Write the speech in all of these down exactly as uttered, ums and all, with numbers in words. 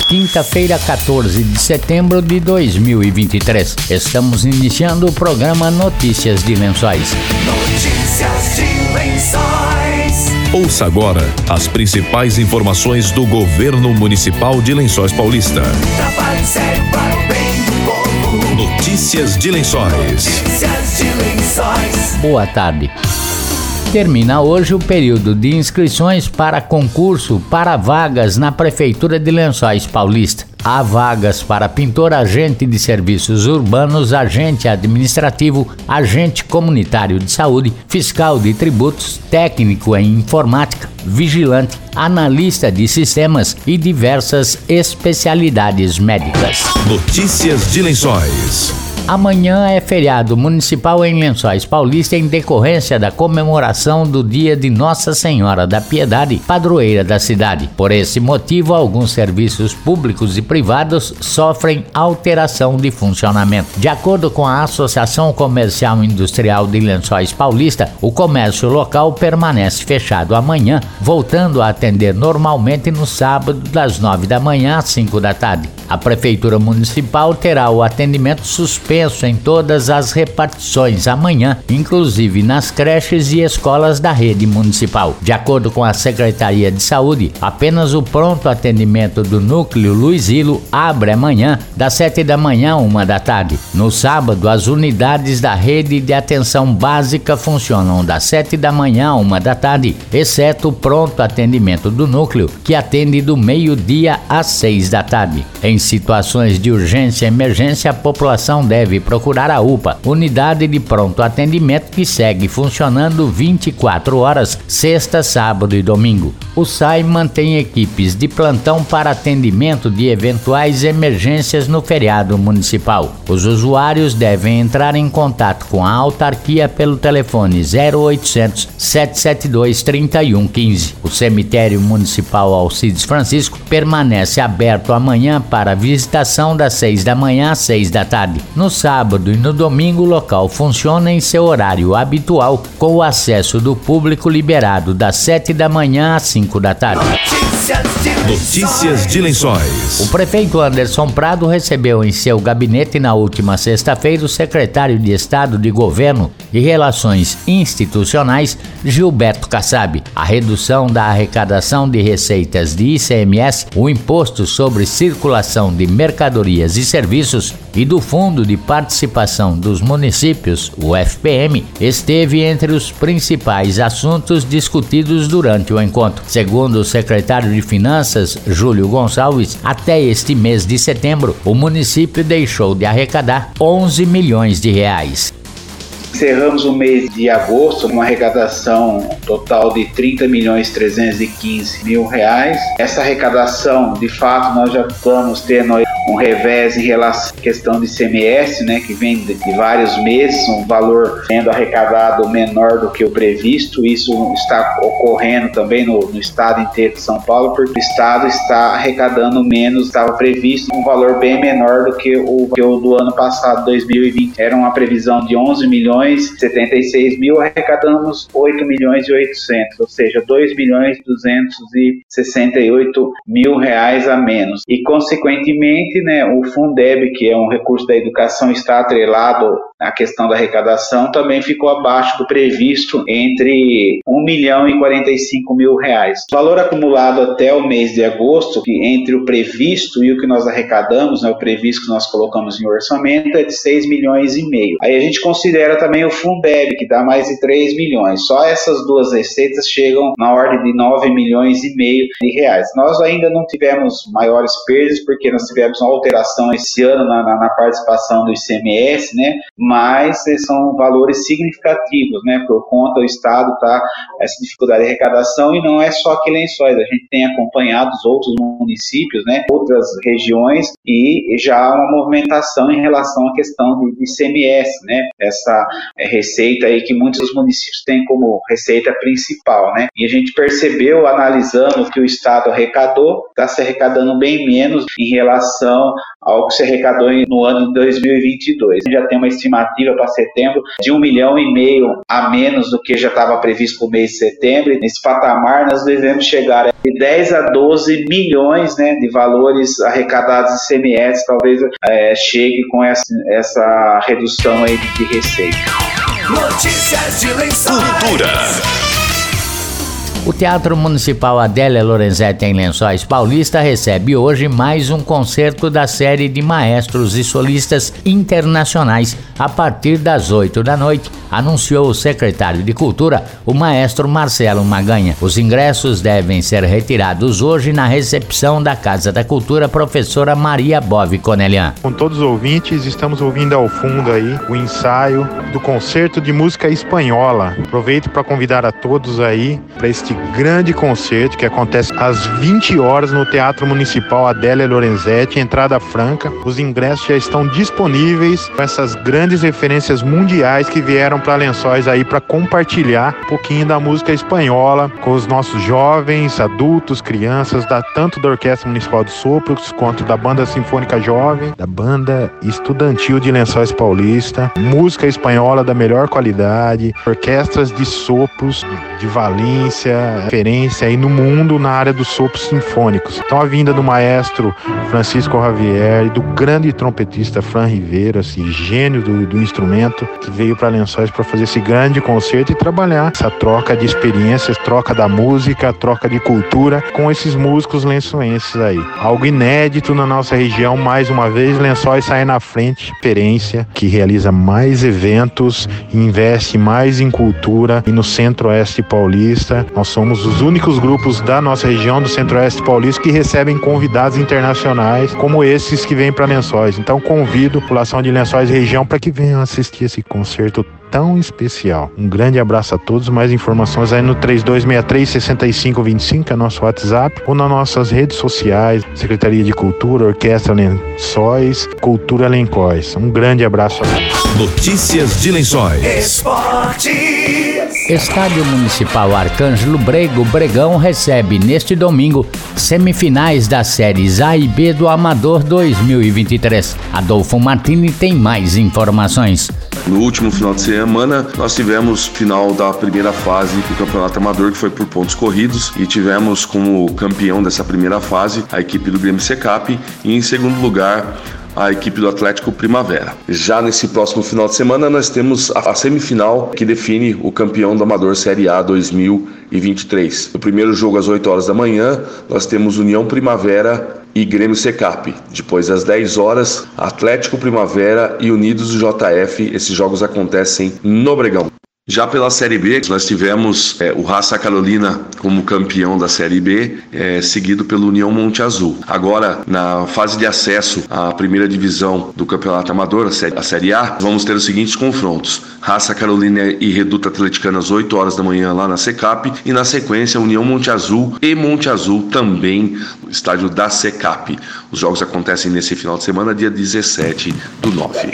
quinta-feira, quatorze de setembro de dois mil e vinte e três. Estamos iniciando o programa Notícias de Lençóis. Notícias de Lençóis. Ouça agora as principais informações do governo municipal de Lençóis Paulista. Trabalho sério para o bem do povo. Notícias de Lençóis. Notícias de Lençóis. Boa tarde. Termina hoje o período de inscrições para concurso para vagas na Prefeitura de Lençóis Paulista. Há vagas para pintor, agente de serviços urbanos, agente administrativo, agente comunitário de saúde, fiscal de tributos, técnico em informática, vigilante, analista de sistemas e diversas especialidades médicas. Notícias de Lençóis. Amanhã é feriado municipal em Lençóis Paulista em decorrência da comemoração do dia de Nossa Senhora da Piedade, padroeira da cidade. Por esse motivo, alguns serviços públicos e privados sofrem alteração de funcionamento. De acordo com a Associação Comercial e Industrial de Lençóis Paulista, o comércio local permanece fechado amanhã, voltando a atender normalmente no sábado das nove da manhã às cinco da tarde. A Prefeitura Municipal terá o atendimento suspenso em todas as repartições amanhã, inclusive nas creches e escolas da rede municipal. De acordo com a Secretaria de Saúde, apenas o pronto atendimento do Núcleo Luizilo abre amanhã, das sete da manhã à uma da tarde. No sábado, as unidades da rede de atenção básica funcionam das sete da manhã à uma da tarde, exceto o pronto atendimento do Núcleo, que atende do meio-dia às seis da tarde. Em situações de urgência e emergência, a população deve procurar a U P A, unidade de pronto atendimento que segue funcionando vinte e quatro horas, sexta, sábado e domingo. O S A I mantém equipes de plantão para atendimento de eventuais emergências no feriado municipal. Os usuários devem entrar em contato com a autarquia pelo telefone zero oitocentos, sete sete dois, três um um cinco. O cemitério municipal Alcides Francisco permanece aberto amanhã para a visitação das seis da manhã às seis da tarde. No sábado e no domingo o local funciona em seu horário habitual, com o acesso do público liberado das sete da manhã às cinco da tarde. Notícias de Lençóis. O prefeito Anderson Prado recebeu em seu gabinete na última sexta-feira o secretário de Estado de Governo e Relações Institucionais, Gilberto Kassab. A redução da arrecadação de receitas de I C M S, o Imposto sobre Circulação de Mercadorias e Serviços, e do Fundo de Participação dos Municípios, o F P M, esteve entre os principais assuntos discutidos durante o encontro. Segundo o secretário de Finanças, Júlio Gonçalves, até este mês de setembro, o município deixou de arrecadar onze milhões de reais. Encerramos o mês de agosto com uma arrecadação total de trinta milhões trezentos e quinze mil reais. Essa arrecadação, de fato, nós já estamos tendo um revés em relação à questão de I C M S, né, que vem de vários meses, um valor sendo arrecadado menor do que o previsto. Isso está ocorrendo também no, no estado inteiro de São Paulo, porque o estado está arrecadando menos, estava previsto um valor bem menor do que o, que o do ano passado, dois mil e vinte. Era uma previsão de onze milhões setenta e seis mil, arrecadamos oito milhões e oitocentos, ou seja, dois milhões duzentos e sessenta e oito mil reais a menos. E, consequentemente, né, o Fundeb, que é um recurso da educação, está atrelado à questão da arrecadação, também ficou abaixo do previsto, entre um milhão e quarenta e cinco mil reais. O valor acumulado até o mês de agosto, que entre o previsto e o que nós arrecadamos, né, o previsto que nós colocamos em orçamento, é de seis milhões e meio. Aí a gente considera também o Fundeb, que dá mais de três milhões. Só essas duas receitas chegam na ordem de nove milhões e meio de reais. Nós ainda não tivemos maiores perdas, porque nós tivemos uma alteração esse ano na, na, na participação do I C M S, né? Mas são valores significativos, né? Por conta do Estado tá essa dificuldade de arrecadação, e não é só aqui em Lençóis, a gente tem acompanhado os outros municípios, né? Outras regiões, e já há uma movimentação em relação à questão de, de I C M S, né? Essa é, receita aí que muitos dos municípios têm como receita principal, né? E a gente percebeu, analisando o que o Estado arrecadou, está se arrecadando bem menos em relação ao que se arrecadou no ano de dois mil e vinte e dois. Já tem uma estimativa estimativa para setembro de um milhão e meio a menos do que já estava previsto para o mês de setembro. Nesse patamar nós devemos chegar de dez a doze milhões, né, de valores arrecadados de I C M S, talvez é, chegue com essa, essa redução aí de receita. Notícias de Lençóis. Cultura. O Teatro Municipal Adélia Lorenzetti em Lençóis Paulista recebe hoje mais um concerto da série de maestros e solistas internacionais a partir das oito da noite, anunciou o secretário de Cultura, o maestro Marcelo Maganha. Os ingressos devem ser retirados hoje na recepção da Casa da Cultura Professora Maria Bove Conelian. Com todos os ouvintes, estamos ouvindo ao fundo aí o ensaio do concerto de música espanhola. Aproveito para convidar a todos aí para este grande concerto que acontece às vinte horas no Teatro Municipal Adélia Lorenzetti, entrada franca. Os ingressos já estão disponíveis com essas grandes referências mundiais que vieram para Lençóis aí para compartilhar um pouquinho da música espanhola com os nossos jovens, adultos, crianças, da, tanto da Orquestra Municipal de Sopros quanto da Banda Sinfônica Jovem, da Banda Estudantil de Lençóis Paulista, música espanhola da melhor qualidade, orquestras de sopros de Valência, referência aí no mundo na área dos sopros sinfônicos. Então a vinda do maestro Francisco Javier e do grande trompetista Fran Rivera, esse gênio do, do instrumento, que veio para Lençóis para fazer esse grande concerto e trabalhar essa troca de experiências, troca da música, troca de cultura com esses músicos lençoenses aí. Algo inédito na nossa região, mais uma vez, Lençóis sai na frente, experiência que realiza mais eventos, investe mais em cultura e no Centro-Oeste Paulista. Nós somos os únicos grupos da nossa região, do Centro-Oeste Paulista, que recebem convidados internacionais como esses que vêm para Lençóis. Então convido a população de Lençóis e região para que venham assistir esse concerto tão especial. Um grande abraço a todos. Mais informações aí no três dois seis três, seis cinco dois cinco, é nosso WhatsApp, ou nas nossas redes sociais, Secretaria de Cultura, Orquestra Lençóis, Cultura Lençóis. Um grande abraço a todos. Notícias de Lençóis. Esporte. Estádio Municipal Arcângelo Brego Bregão recebe neste domingo semifinais das séries A e B do Amador dois mil e vinte e três. Adolfo Martini tem mais informações. No último final de semana, nós tivemos final da primeira fase do Campeonato Amador, que foi por pontos corridos, e tivemos como campeão dessa primeira fase a equipe do Grêmio Secap e em segundo lugar a equipe do Atlético Primavera. Já nesse próximo final de semana nós temos a semifinal que define o campeão do Amador Série A dois mil e vinte e três. No primeiro jogo às oito horas da manhã nós temos União Primavera e Grêmio Secap. Depois às dez horas, Atlético Primavera e Unidos do J F. Esses jogos acontecem no Bregão. Já pela Série B, nós tivemos é, o Raça Carolina como campeão da Série B, é, seguido pelo União Monte Azul. Agora, na fase de acesso à primeira divisão do Campeonato Amador, a Série, a série A, vamos ter os seguintes confrontos. Raça Carolina e Reduta Atleticana às oito horas da manhã lá na Secap, e na sequência União Monte Azul e Monte Azul também no estádio da Secap. Os jogos acontecem nesse final de semana, dia dezessete do nove.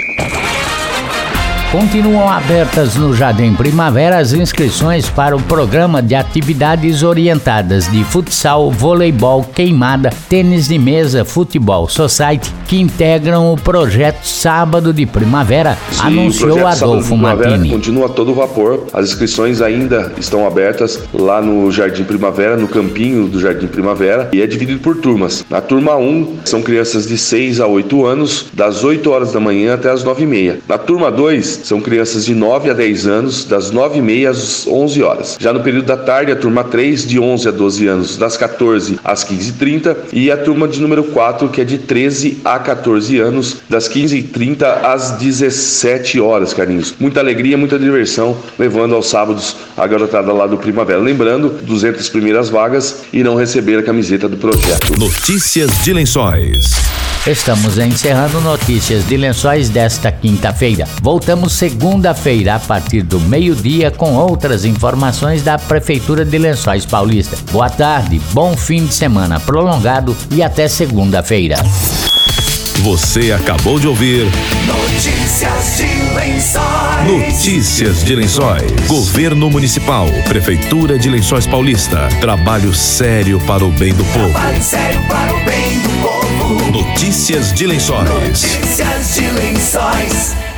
Continuam abertas no Jardim Primavera as inscrições para o programa de atividades orientadas de futsal, voleibol, queimada, tênis de mesa, futebol society, que integram o projeto Sábado de Primavera, Sim, anunciou Adolfo Martini. Continua a todo vapor, as inscrições ainda estão abertas lá no Jardim Primavera, no campinho do Jardim Primavera, e é dividido por turmas. Na turma um, são crianças de seis a oito anos, das oito horas da manhã até as nove e meia. Na turma dois, são crianças de nove a dez anos, das nove e meia às onze horas. Já no período da tarde, a turma três, de onze a doze anos, das quatorze às quinze e trinta, e a turma de número quatro, que é de treze a quatorze anos, das quinze e trinta às dezessete horas, carinhos. Muita alegria, muita diversão, levando aos sábados a garotada lá do Primavera. Lembrando, duzentas primeiras vagas irão receber a camiseta do projeto. Notícias de Lençóis. Estamos encerrando Notícias de Lençóis desta quinta-feira. Voltamos segunda-feira a partir do meio-dia com outras informações da Prefeitura de Lençóis Paulista. Boa tarde, bom fim de semana prolongado e até segunda-feira. Você acabou de ouvir Notícias de Lençóis. Notícias de Lençóis. Governo Municipal, Prefeitura de Lençóis Paulista. Trabalho sério para o bem do povo. Trabalho sério para o bem do povo. Notícias de Lençóis. Notícias de Lençóis.